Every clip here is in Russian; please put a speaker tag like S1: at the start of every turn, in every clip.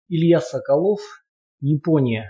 S1: Илья Соколов, Япония.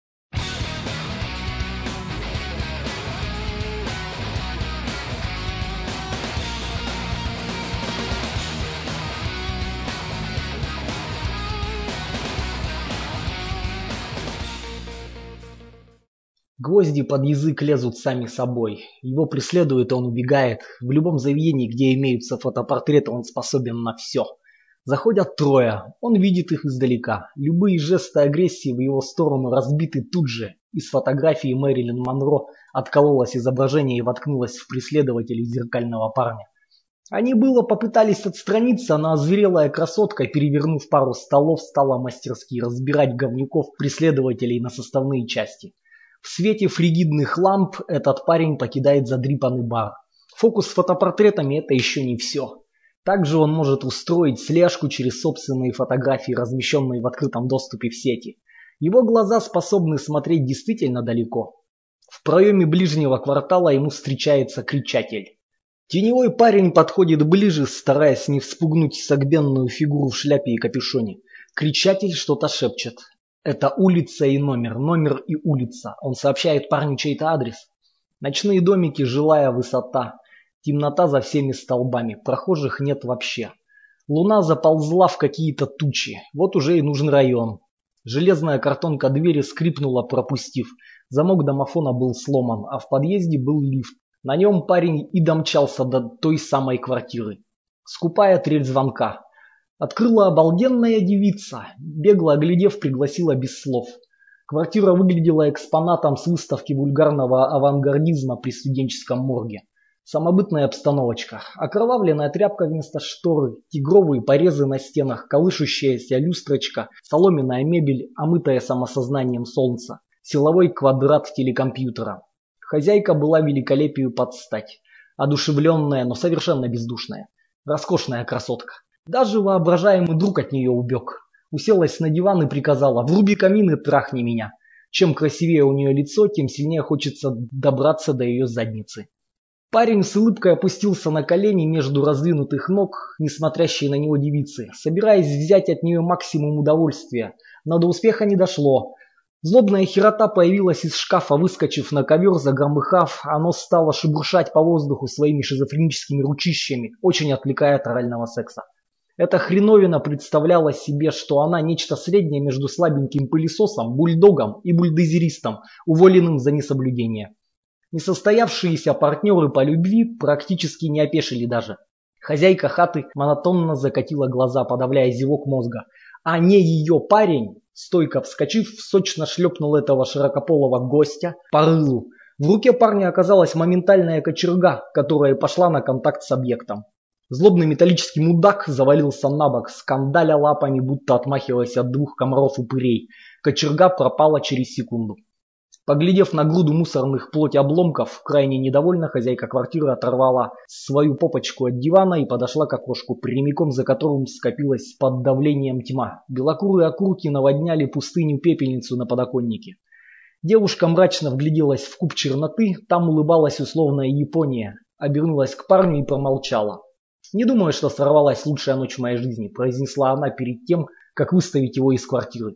S1: Гвозди под язык лезут сами собой. Его преследует, он убегает. В любом заведении, где имеются фотопортреты, он способен на все. Заходят трое, он видит их издалека. Любые жесты агрессии в его сторону разбиты тут же. Из фотографии Мэрилин Монро откололось изображение и воткнулось в преследователей зеркального парня. Они было попытались отстраниться, но озверелая красотка, перевернув пару столов, стала мастерски разбирать говнюков преследователей на составные части. В свете фригидных ламп этот парень покидает задрипанный бар. Фокус с фотопортретами – это еще не все. Также он может устроить слежку через собственные фотографии, размещенные в открытом доступе в сети. Его глаза способны смотреть действительно далеко. В проеме ближнего квартала ему встречается кричатель. Теневой парень подходит ближе, стараясь не вспугнуть согбенную фигуру в шляпе и капюшоне. Кричатель что-то шепчет. Это улица и номер и улица. Он сообщает парню чей-то адрес. Ночные домики, жилая высота. Темнота за всеми столбами. Прохожих нет вообще. Луна заползла в какие-то тучи. Вот уже и нужен район. Железная картонка двери скрипнула, пропустив. Замок домофона был сломан, а в подъезде был лифт. На нем парень и домчался до той самой квартиры. Скупая трель звонка. Открыла обалденная девица. Бегло оглядев, пригласила без слов. Квартира выглядела экспонатом с выставки вульгарного авангардизма при студенческом морге. Самобытная обстановочка. Окровавленная тряпка вместо шторы, тигровые порезы на стенах, колышущаяся люстрочка, соломенная мебель, омытая самосознанием солнца, силовой квадрат телекомпьютера. Хозяйка была великолепию под стать. Одушевленная, но совершенно бездушная. Роскошная красотка. Даже воображаемый друг от нее убег. Уселась на диван и приказала: «Вруби камин и трахни меня». Чем красивее у нее лицо, тем сильнее хочется добраться до ее задницы. Парень с улыбкой опустился на колени между раздвинутых ног, несмотрящей на него девицы, собираясь взять от нее максимум удовольствия. Но до успеха не дошло. Злобная херота появилась из шкафа, выскочив на ковер, загромыхав, оно стало шебуршать по воздуху своими шизофреническими ручищами, очень отвлекая от орального секса. Эта хреновина представляла себе, что она нечто среднее между слабеньким пылесосом, бульдогом и бульдозеристом, уволенным за несоблюдение. Несостоявшиеся партнеры по любви практически не опешили даже. Хозяйка хаты монотонно закатила глаза, подавляя зевок мозга. А не ее парень, стойко вскочив, сочно шлепнул этого широкополого гостя по рылу. В руке парня оказалась моментальная кочерга, которая пошла на контакт с объектом. Злобный металлический мудак завалился на бок, скандаля лапами, будто отмахиваясь от двух комаров-упырей. Кочерга пропала через секунду. Поглядев на груду мусорных плоть обломков, крайне недовольна, хозяйка квартиры оторвала свою попочку от дивана и подошла к окошку, прямиком за которым скопилась под давлением тьма. Белокурые окурки наводняли пустыню-пепельницу на подоконнике. Девушка мрачно вгляделась в куб черноты, там улыбалась условная Япония, обернулась к парню и промолчала. «Не думаю, что сорвалась лучшая ночь в моей жизни», – произнесла она перед тем, как выставить его из квартиры.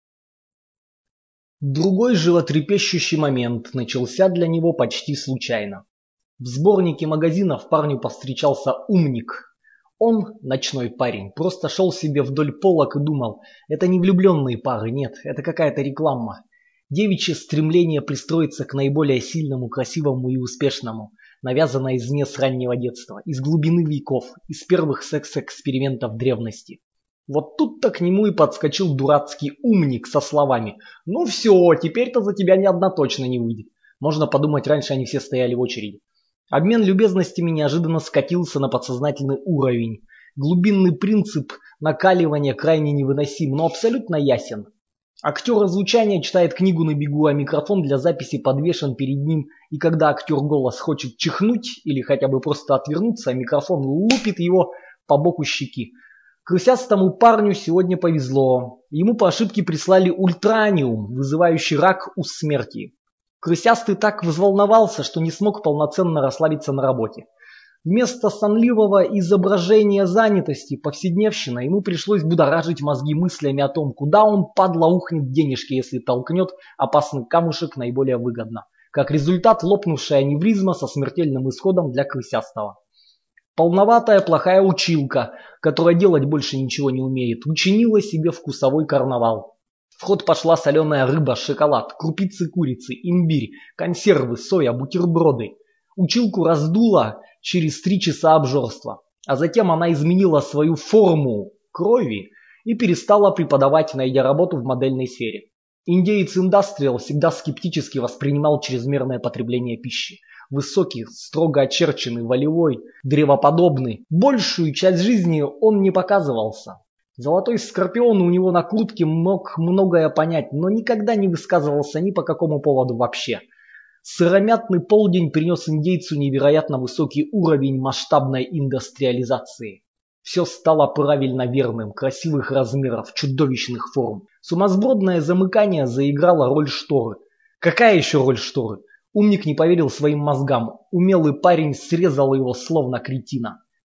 S1: Другой животрепещущий момент начался для него почти случайно. В сборнике магазинов парню повстречался умник. Он, ночной парень, просто шел себе вдоль полок и думал: это не влюбленные пары, нет, это какая-то реклама. Девичье стремление пристроиться к наиболее сильному, красивому и успешному, навязанное извне с раннего детства, из глубины веков, из первых секс-экспериментов древности. Вот тут-то к нему и подскочил дурацкий умник со словами: «Ну все, теперь-то за тебя ни одна точно не выйдет». Можно подумать, раньше они все стояли в очереди. Обмен любезностями неожиданно скатился на подсознательный уровень. Глубинный принцип накаливания крайне невыносим, но абсолютно ясен. Актер озвучания читает книгу на бегу, а микрофон для записи подвешен перед ним, и когда актер голос хочет чихнуть или хотя бы просто отвернуться, микрофон лупит его по боку щеки. Крысястому парню сегодня повезло. Ему по ошибке прислали ультраниум, вызывающий рак у смерти. Крысястый так взволновался, что не смог полноценно расслабиться на работе. Вместо сонливого изображения занятости повседневщиной ему пришлось будоражить мозги мыслями о том, куда он, падла, ухнет денежки, если толкнет опасный камушек наиболее выгодно. Как результат, лопнувшая аневризма со смертельным исходом для крысястого. Полноватая плохая училка, которая делать больше ничего не умеет, учинила себе вкусовой карнавал. В ход пошла соленая рыба, шоколад, крупицы курицы, имбирь, консервы, соя, бутерброды. Училку раздуло через 3 часа обжорства, а затем она изменила свою форму крови и перестала преподавать, найдя работу в модельной сфере. Индеец Индастриал всегда скептически воспринимал чрезмерное потребление пищи. Высокий, строго очерченный, волевой, древоподобный. Большую часть жизни он не показывался. Золотой скорпион у него на куртке мог многое понять, но никогда не высказывался ни по какому поводу вообще. Сыромятный полдень принес индейцу невероятно высокий уровень масштабной индустриализации. Все стало правильно верным, красивых размеров, чудовищных форм. Сумасбродное замыкание заиграло роль шторы. Какая еще роль шторы? Умник не поверил своим мозгам. Умелый парень срезал его словно кретина.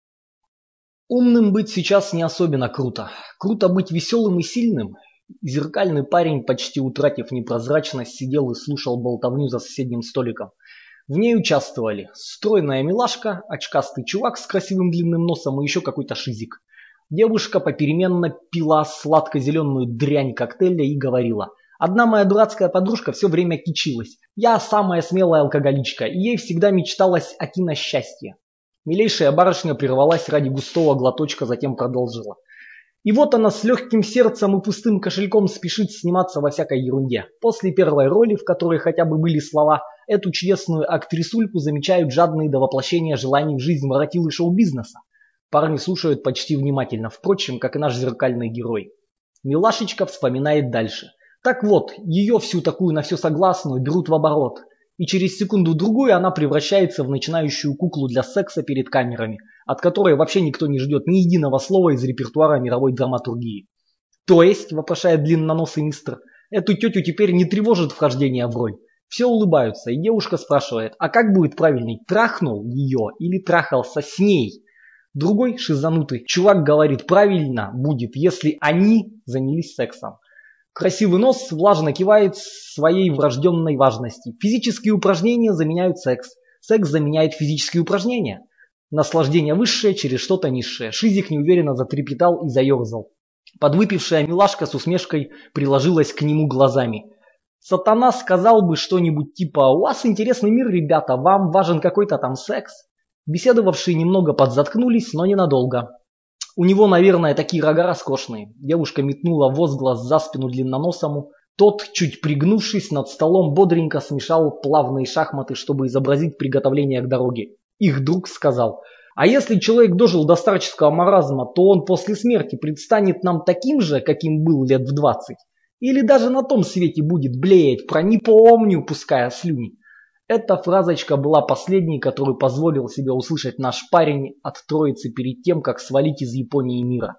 S1: Умным быть сейчас не особенно круто. Круто быть веселым и сильным. Зеркальный парень, почти утратив непрозрачность, сидел и слушал болтовню за соседним столиком. В ней участвовали стройная милашка, очкастый чувак с красивым длинным носом и еще какой-то шизик. Девушка попеременно пила сладко-зеленую дрянь коктейля и говорила: «Одна моя дурацкая подружка все время кичилась. Я самая смелая алкоголичка, и ей всегда мечталось о киносчастье». Милейшая барышня прервалась ради густого глоточка, затем продолжила: «И вот она с легким сердцем и пустым кошельком спешит сниматься во всякой ерунде. После первой роли, в которой хотя бы были слова, эту чудесную актрисульку замечают жадные до воплощения желаний в жизнь воротилы шоу-бизнеса». Парни слушают почти внимательно, впрочем, как и наш зеркальный герой. Милашечка вспоминает дальше. Так вот, ее всю такую на все согласную берут в оборот. И через секунду-другую она превращается в начинающую куклу для секса перед камерами, от которой вообще никто не ждет ни единого слова из репертуара мировой драматургии. То есть, вопрошает длинноносый мистер, эту тетю теперь не тревожит вхождение в роль. Все улыбаются, и девушка спрашивает, а как будет правильней, трахнул ее или трахался с ней? Другой шизанутый чувак говорит, правильно будет, если они занялись сексом. Красивый нос влажно кивает своей врожденной важности. Физические упражнения заменяют секс. Секс заменяет физические упражнения. Наслаждение высшее через что-то низшее. Шизик неуверенно затрепетал и заерзал. Подвыпившая милашка с усмешкой приложилась к нему глазами. Сатана сказал бы что-нибудь типа «У вас интересный мир, ребята, вам важен какой-то там секс». Беседовавшие немного подзаткнулись, но ненадолго. У него, наверное, такие рога роскошные. Девушка метнула возглас за спину длинноносому. Тот, чуть пригнувшись над столом, бодренько смешал плавные шахматы, чтобы изобразить приготовление к дороге. Их друг сказал: «А если человек дожил до старческого маразма, то он после смерти предстанет нам таким же, каким был лет в 20? Или даже на том свете будет блеять про «не помню», пуская слюни?» Эта фразочка была последней, которую позволил себе услышать наш парень от троицы перед тем, как свалить из Японии мира.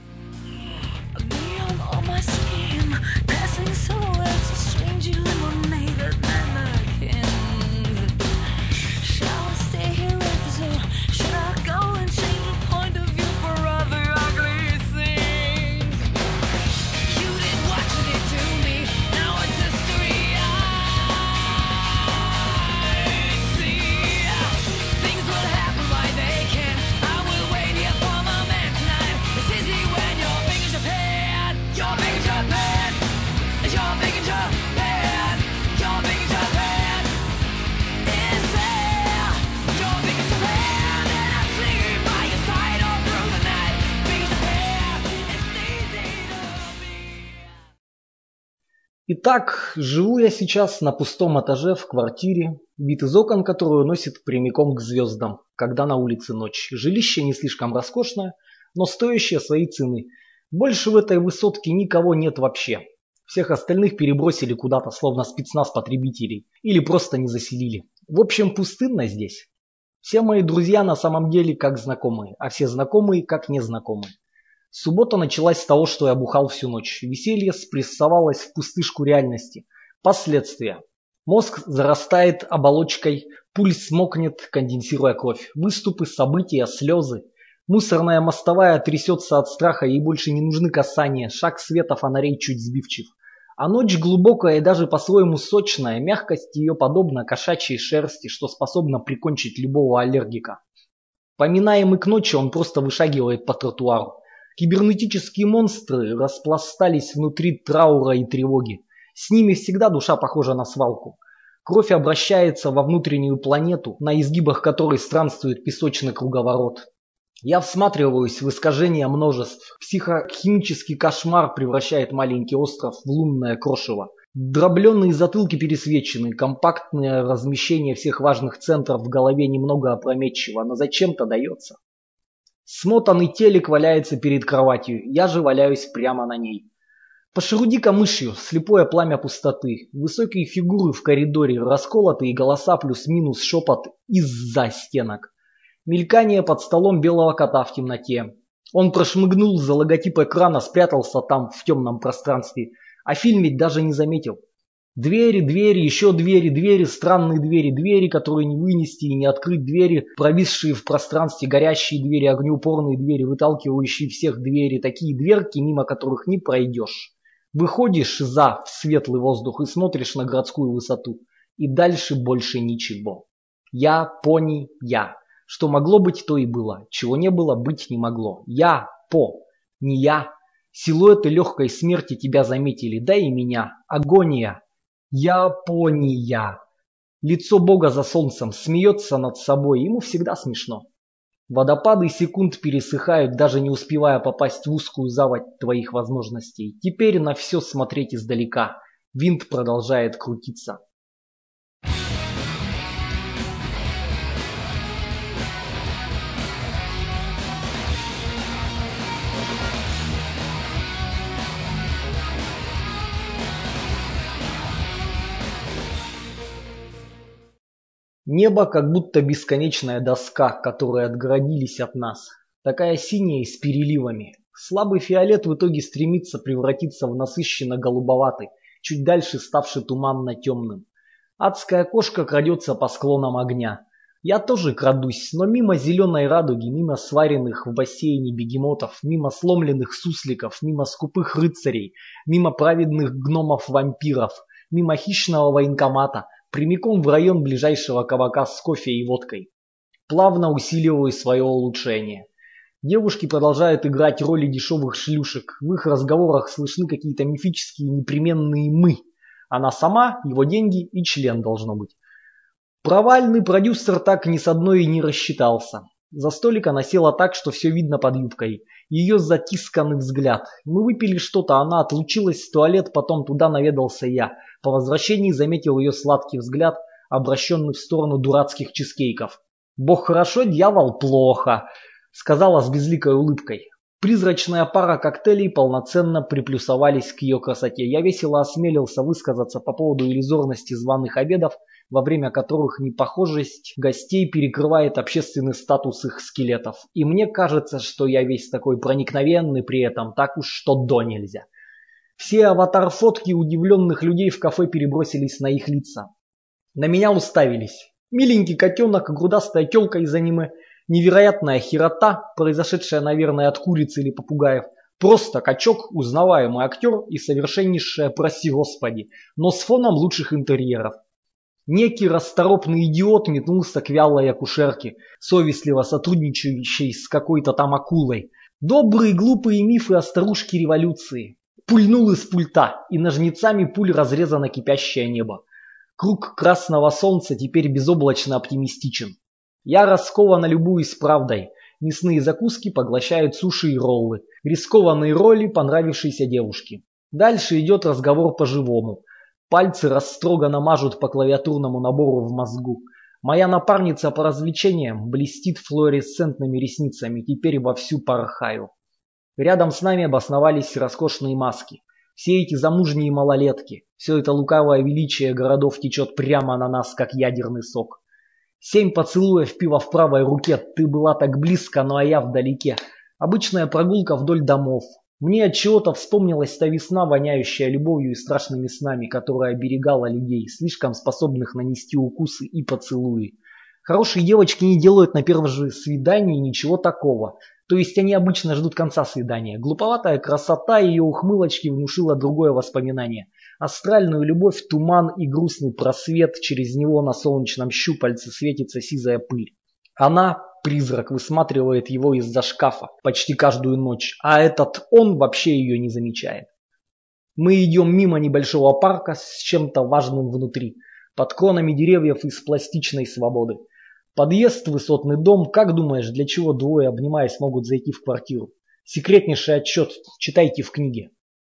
S1: Итак, живу я сейчас на пустом этаже в квартире, вид из окон которую носит прямиком к звездам, когда на улице ночь. Жилище не слишком роскошное, но стоящее своей цены. Больше в этой высотке никого нет вообще. Всех остальных перебросили куда-то, словно спецназ потребителей, или просто не заселили. В общем, пустынно здесь. Все мои друзья на самом деле как знакомые, а все знакомые как незнакомые. Суббота началась с того, что я бухал всю ночь. Веселье спрессовалось в пустышку реальности. Последствия. Мозг зарастает оболочкой, пульс мокнет, конденсируя кровь. Выступы, события, слезы. Мусорная мостовая трясется от страха, ей больше не нужны касания, шаг света фонарей чуть сбивчив. А ночь глубокая и даже по-своему сочная, мягкость ее подобна кошачьей шерсти, что способна прикончить любого аллергика. Поминаемый к ночи, он просто вышагивает по тротуару. Кибернетические монстры распластались внутри траура и тревоги. С ними всегда душа похожа на свалку. Кровь обращается во внутреннюю планету, на изгибах которой странствует песочный круговорот. Я всматриваюсь в искажения множеств. Психохимический кошмар превращает маленький остров в лунное крошево. Дробленные затылки пересвечены, компактное размещение всех важных центров в голове немного опрометчиво, но зачем-то дается. Смотанный телек валяется перед кроватью, я же валяюсь прямо на ней. Пошеруди-ка мышью, слепое пламя пустоты, высокие фигуры в коридоре, расколотые голоса плюс-минус шепот из-за стенок. Мелькание под столом белого кота в темноте. Он прошмыгнул за логотип экрана, спрятался там в темном пространстве, а фильм ведь даже не заметил. Двери, двери, еще двери, двери, странные двери, двери, которые не вынести и не открыть, двери, провисшие в пространстве, горящие двери, огнеупорные двери, выталкивающие всех двери, такие дверки, мимо которых не пройдешь. Выходишь в светлый воздух и смотришь на городскую высоту. И дальше больше ничего. Я, пони, я. Что могло быть, то и было. Чего не было, быть не могло. Я, не я. Силуэты легкой смерти тебя заметили, да и меня. Агония. Я, пони, я. Лицо Бога за солнцем смеется над собой, ему всегда смешно. Водопады секунд пересыхают, даже не успевая попасть в узкую заводь твоих возможностей. Теперь на все смотреть издалека. Винт продолжает крутиться. Небо как будто бесконечная доска, которой отгородились от нас. Такая синяя и с переливами. Слабый фиолет в итоге стремится превратиться в насыщенно голубоватый, чуть дальше ставший туманно-темным. Адская кошка крадется по склонам огня. Я тоже крадусь, но мимо зеленой радуги, мимо сваренных в бассейне бегемотов, мимо сломленных сусликов, мимо скупых рыцарей, мимо праведных гномов-вампиров, мимо хищного военкомата, прямиком в район ближайшего кабака с кофе и водкой. Плавно усиливаю свое улучшение. Девушки продолжают играть роли дешевых шлюшек. В их разговорах слышны какие-то мифические непременные «мы». Она сама, его деньги и член должно быть. Провальный продюсер так ни с одной и не рассчитался. За столик она села так, что все видно под юбкой. Ее затисканный взгляд. Мы выпили что-то, она отлучилась в туалет, потом туда наведался я. По возвращении заметил ее сладкий взгляд, обращенный в сторону дурацких чизкейков. «Бог хорошо, дьявол плохо», — сказала с безликой улыбкой. Призрачная пара коктейлей полноценно приплюсовались к ее красоте. Я весело осмелился высказаться по поводу иллюзорности званых обедов, во время которых непохожесть гостей перекрывает общественный статус их скелетов. И мне кажется, что я весь такой проникновенный при этом, так уж что до нельзя. Все аватар-фотки удивленных людей в кафе перебросились на их лица. На меня уставились. Миленький котенок, грудастая тёлка из аниме, невероятная херота, произошедшая, наверное, от курицы или попугаев, просто качок, узнаваемый актер и совершеннейшая, прости господи, но с фоном лучших интерьеров. Некий расторопный идиот метнулся к вялой акушерке, совестливо сотрудничающей с какой-то там акулой. Добрые глупые мифы о старушке революции. Пульнул из пульта, и ножницами пуль разрезано кипящее небо. Круг красного солнца теперь безоблачно оптимистичен. Я раскованно любуюсь правдой. Мясные закуски поглощают суши и роллы. Рискованные роли понравившейся девушки. Дальше идет разговор по-живому. Пальцы растроганно мажут по клавиатурному набору в мозгу. Моя напарница по развлечениям блестит флуоресцентными ресницами, теперь вовсю порхаю. Рядом с нами обосновались роскошные маски. Все эти замужние малолетки. Все это лукавое величие городов течет прямо на нас, как ядерный сок. 7 поцелуев пива в правой руке. Ты была так близко, ну а я вдалеке. Обычная прогулка вдоль домов. Мне отчего-то вспомнилась та весна, воняющая любовью и страшными снами, которая оберегала людей, слишком способных нанести укусы и поцелуи. Хорошие девочки не делают на первом же свидании ничего такого. То есть они обычно ждут конца свидания. Глуповатая красота ее ухмылочки внушила другое воспоминание. Астральную любовь, туман и грустный просвет, через него на солнечном щупальце светится сизая пыль. Она, призрак, высматривает его из-за шкафа почти каждую ночь, а этот он вообще ее не замечает. Мы идем мимо небольшого парка с чем-то важным внутри, под кронами деревьев из пластичной свободы. Подъезд, высотный дом. Как думаешь, для чего двое, обнимаясь, могут зайти в квартиру? Секретнейший отчет. Читайте в книге.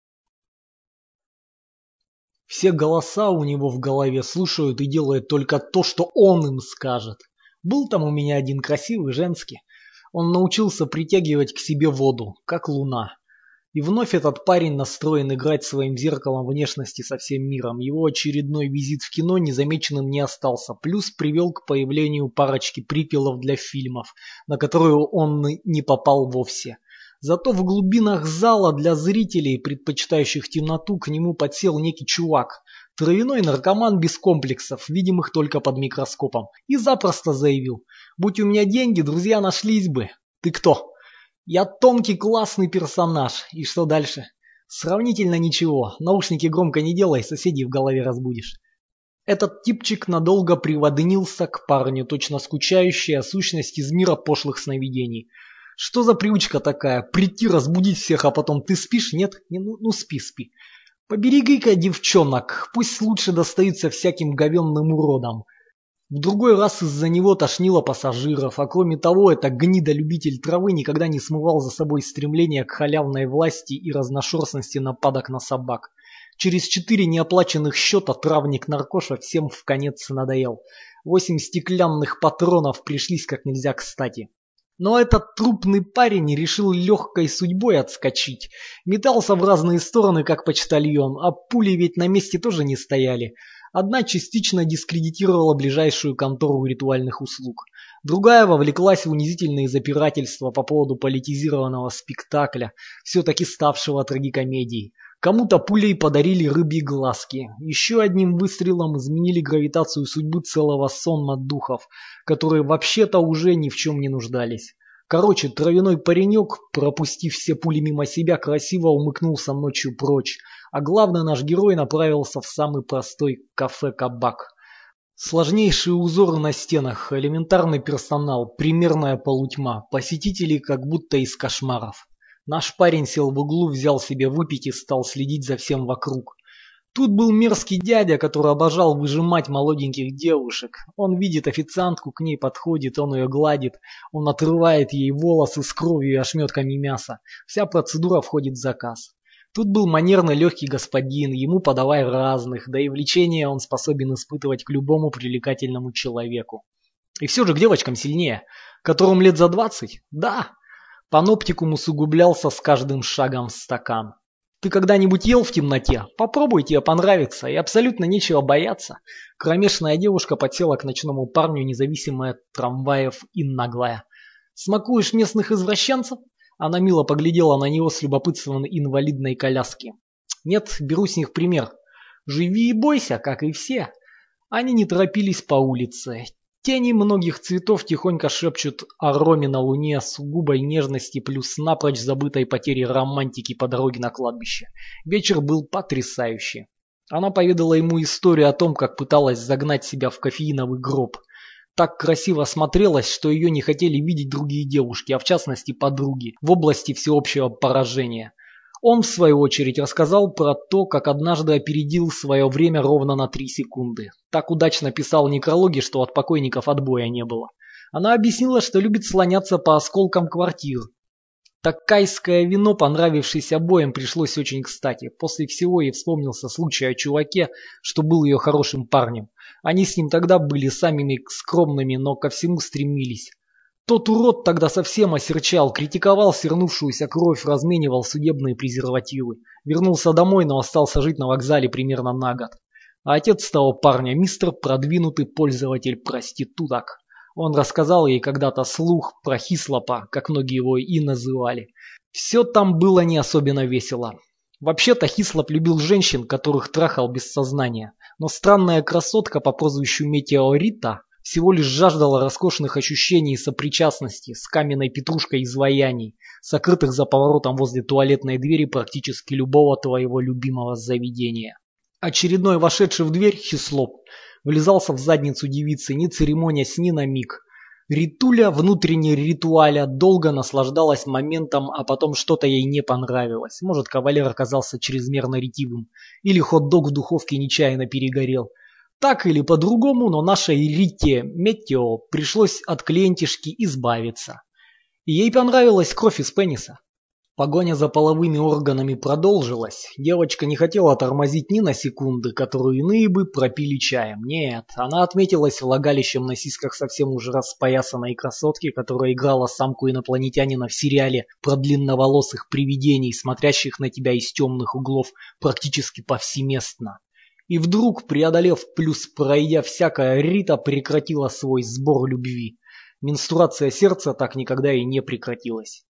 S1: Все голоса у него в голове слушают и делают только то, что он им скажет. Был там у меня один красивый женский. Он научился притягивать к себе воду, как луна. И вновь этот парень настроен играть своим зеркалом внешности со всем миром. Его очередной визит в кино незамеченным не остался. Плюс привел к появлению парочки приквелов для фильмов, на которые он не попал вовсе. Зато в глубинах зала для зрителей, предпочитающих темноту, к нему подсел некий чувак. Травяной наркоман без комплексов, видимых только под микроскопом. И запросто заявил: «Будь у меня деньги, друзья нашлись бы». «Ты кто?» «Я тонкий классный персонаж». И что дальше? Сравнительно ничего. Наушники громко не делай, соседей в голове разбудишь. Этот типчик надолго приводнился к парню, точно скучающий о сущности из мира пошлых сновидений. Что за привычка такая? Прийти, разбудить всех, а потом ты спишь? Нет? Ну спи, спи. Побереги-ка девчонок, пусть лучше достаются всяким говенным уродам. В другой раз из-за него тошнило пассажиров, а кроме того, эта гнида-любитель травы никогда не смывал за собой стремление к халявной власти и разношерстности нападок на собак. Через 4 неоплаченных счета травник-наркоша всем вконец надоел. 8 стеклянных патронов пришлись как нельзя кстати. Но этот трупный парень решил легкой судьбой отскочить. Метался в разные стороны, как почтальон, а пули ведь на месте тоже не стояли. Одна частично дискредитировала ближайшую контору ритуальных услуг. Другая вовлеклась в унизительные запирательства по поводу политизированного спектакля, все-таки ставшего трагикомедией. Кому-то пулей подарили рыбьи глазки. Еще одним выстрелом изменили гравитацию судьбы целого сонма духов, которые вообще-то уже ни в чем не нуждались. Короче, травяной паренек, пропустив все пули мимо себя, красиво умыкнулся ночью прочь, а главный наш герой направился в самый простой кафе-кабак. Сложнейшие узоры на стенах, элементарный персонал, примерная полутьма, посетители как будто из кошмаров. Наш парень сел в углу, взял себе выпить и стал следить за всем вокруг. Тут был мерзкий дядя, который обожал выжимать молоденьких девушек. Он видит официантку, к ней подходит, он ее гладит, он отрывает ей волосы с кровью и ошметками мяса. Вся процедура входит в заказ. Тут был манерный легкий господин, ему подавай разных, да и влечение он способен испытывать к любому привлекательному человеку. И все же к девочкам сильнее, которым лет за 20? Да. Паноптикум усугублялся с каждым шагом в стакан. Ты когда-нибудь ел в темноте? Попробуй, тебе понравится, и абсолютно нечего бояться. Кромешная девушка подсела к ночному парню, независимая от трамваев и наглая. Смакуешь местных извращенцев? Она мило поглядела на него с любопытством инвалидной коляски. Нет, беру с них пример. Живи и бойся, как и все. Они не торопились по улице. Тени многих цветов тихонько шепчут о роме на луне, сугубой нежности плюс напрочь забытой потери романтики по дороге на кладбище. Вечер был потрясающий. Она поведала ему историю о том, как пыталась загнать себя в кофеиновый гроб. Так красиво смотрелась, что ее не хотели видеть другие девушки, а в частности подруги, в области всеобщего поражения. Он, в свою очередь, рассказал про то, как однажды опередил свое время ровно на 3 секунды. Так удачно писал некрологи, что от покойников отбоя не было. Она объяснила, что любит слоняться по осколкам квартир. Таккайское вино, понравившееся обоим, пришлось очень кстати. После всего ей вспомнился случай о чуваке, что был ее хорошим парнем. Они с ним тогда были самыми скромными, но ко всему стремились. Тот урод тогда совсем осерчал, критиковал свернувшуюся кровь, разменивал судебные презервативы. Вернулся домой, но остался жить на вокзале примерно на год. А отец того парня, мистер продвинутый пользователь проституток. Он рассказал ей когда-то слух про Хислопа, как многие его и называли. Все там было не особенно весело. Вообще-то Хислоп любил женщин, которых трахал без сознания, но странная красотка по прозвищу Метеорита всего лишь жаждала роскошных ощущений и сопричастности с каменной петрушкой изваяний, сокрытых за поворотом возле туалетной двери практически любого твоего любимого заведения. Очередной вошедший в дверь Хислоп влезался в задницу девицы, не церемонясь ни на миг. Ритуля, внутренне ритуаля, долго наслаждалась моментом, а потом что-то ей не понравилось. Может, кавалер оказался чрезмерно ретивым, или хот-дог в духовке нечаянно перегорел. Так или по-другому, но нашей Рите Метео пришлось от клиентишки избавиться. И ей понравилась кровь из пениса. Погоня за половыми органами продолжилась. Девочка не хотела тормозить ни на секунды, которую иные бы пропили чаем. Нет, она отметилась влагалищем на сиськах совсем уже распоясанной красотки, которая играла самку инопланетянина в сериале про длинноволосых привидений, смотрящих на тебя из темных углов практически повсеместно. И вдруг, преодолев плюс пройдя всякое, Рита прекратила свой сбор любви. Менструация сердца так никогда и не прекратилась.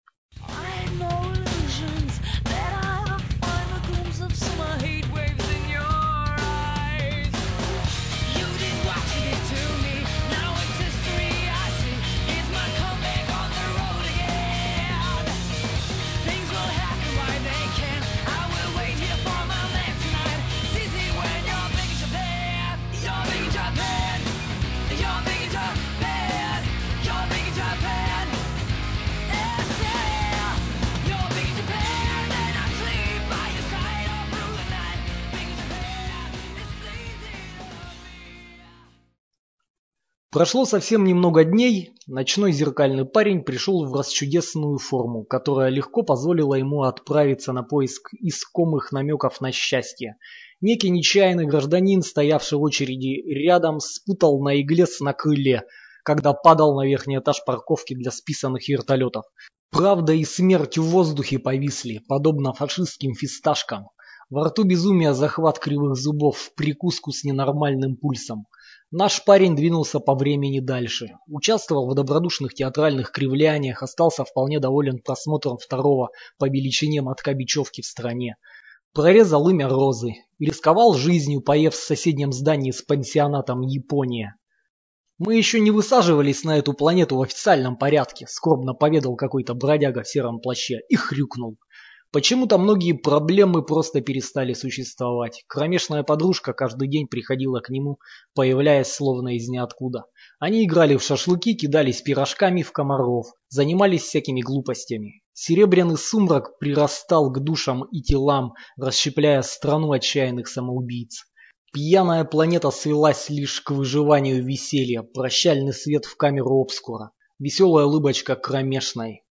S1: Прошло совсем немного дней, ночной зеркальный парень пришел в расчудесную форму, которая легко позволила ему отправиться на поиск искомых намеков на счастье. Некий нечаянный гражданин, стоявший в очереди рядом, спутал на иглес на крыле, когда падал на верхний этаж парковки для списанных вертолетов. Правда и смерть в воздухе повисли, подобно фашистским фисташкам. Во рту безумия захват кривых зубов в прикуску с ненормальным пульсом. Наш парень двинулся по времени дальше. Участвовал в добродушных театральных кривляниях, остался вполне доволен просмотром второго по величине мотка бечевки в стране. Прорезал имя Розы и рисковал жизнью, поев в соседнем здании с пансионатом Япония. «Мы еще не высаживались на эту планету в официальном порядке», скорбно поведал какой-то бродяга в сером плаще и хрюкнул. Почему-то многие проблемы просто перестали существовать. Кромешная подружка каждый день приходила к нему, появляясь словно из ниоткуда. Они играли в шашлыки, кидались пирожками в комаров, занимались всякими глупостями. Серебряный сумрак прирастал к душам и телам, расщепляя страну отчаянных самоубийц. Пьяная планета свелась лишь к выживанию веселья, прощальный свет в камеру обскура, веселая улыбочка кромешной.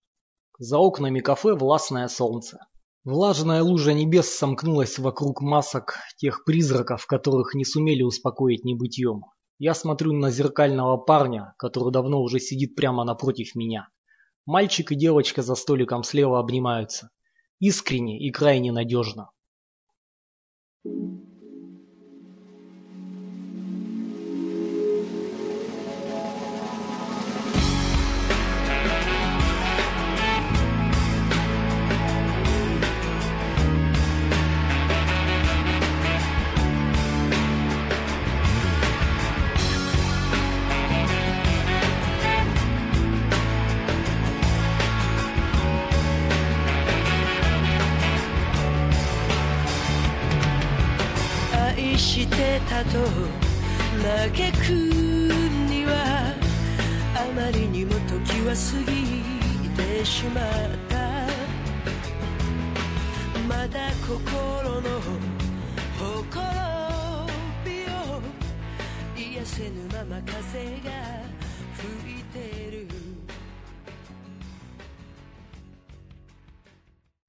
S1: За окнами кафе властное солнце. Влажная лужа небес сомкнулась вокруг масок тех призраков, которых не сумели успокоить небытьем. Я смотрю на зеркального парня, который давно уже сидит прямо напротив меня. Мальчик и девочка за столиком слева обнимаются. Искренне и крайне надежно.
S2: と嘆くにはあまりにも時は過ぎてしまったまだ心のほころびを癒せぬまま風が吹いてる